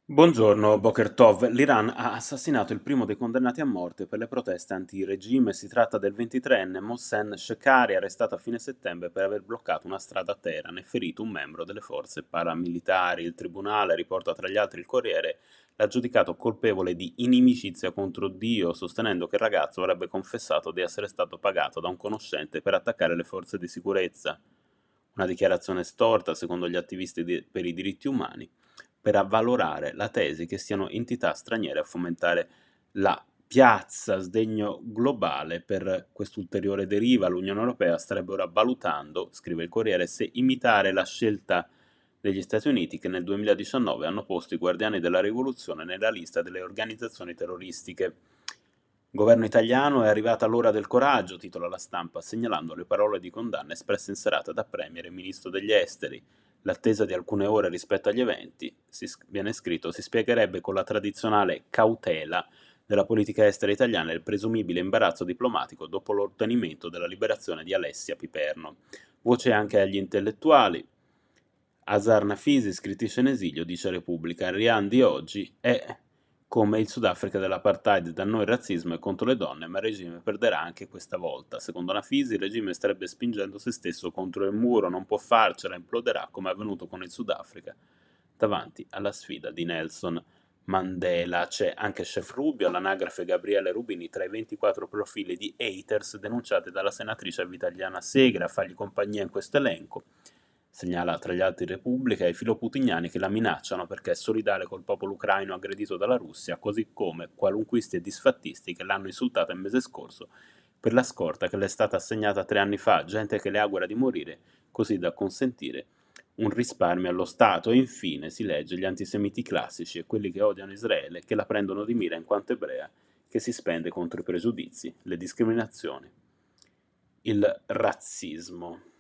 Buongiorno, Boker Tov. L'Iran ha assassinato il primo dei condannati a morte per le proteste anti-regime. Si tratta del 23enne Mohsen Shekari, arrestato a fine settembre per aver bloccato una strada a Teheran e ferito un membro delle forze paramilitari. Il tribunale, riporta tra gli altri il Corriere, l'ha giudicato colpevole di inimicizia contro Dio, sostenendo che il ragazzo avrebbe confessato di essere stato pagato da un conoscente per attaccare le forze di sicurezza. Una dichiarazione storta, secondo gli attivisti per i diritti umani, per avvalorare la tesi che siano entità straniere a fomentare la piazza sdegno globale. Per quest'ulteriore deriva l'Unione Europea starebbe ora valutando, scrive il Corriere, se imitare la scelta degli Stati Uniti, che nel 2019 hanno posto i Guardiani della Rivoluzione nella lista delle organizzazioni terroristiche. Governo italiano, è arrivata l'ora del coraggio, titola La Stampa, segnalando le parole di condanna espresse in serata da Premier e Ministro degli Esteri. L'attesa di alcune ore rispetto agli eventi, viene scritto, si spiegherebbe con la tradizionale cautela della politica estera italiana e il presumibile imbarazzo diplomatico dopo l'ottenimento della liberazione di Alessia Piperno. Voce anche agli intellettuali. Azar Nafisi, scrittrice in esilio, dice a Repubblica: il Rian di oggi è come il Sudafrica dell'apartheid, da noi il razzismo è contro le donne, ma il regime perderà anche questa volta. Secondo Nafisi, il regime starebbe spingendo se stesso contro il muro, non può farcela, imploderà come è avvenuto con il Sudafrica davanti alla sfida di Nelson Mandela. C'è anche Chef Rubio, all'anagrafe Gabriele Rubini, tra i 24 profili di haters denunciati dalla senatrice Vitaliana Segre a fargli compagnia in questo elenco. Segnala tra gli altri Repubblica i filoputiniani che la minacciano perché è solidale col popolo ucraino aggredito dalla Russia, così come qualunquisti e disfattisti che l'hanno insultata il mese scorso per la scorta che le è stata assegnata 3 anni fa, gente che le augura di morire così da consentire un risparmio allo Stato. E infine si legge gli antisemiti classici e quelli che odiano Israele, che la prendono di mira in quanto ebrea, che si spende contro i pregiudizi, le discriminazioni, il razzismo.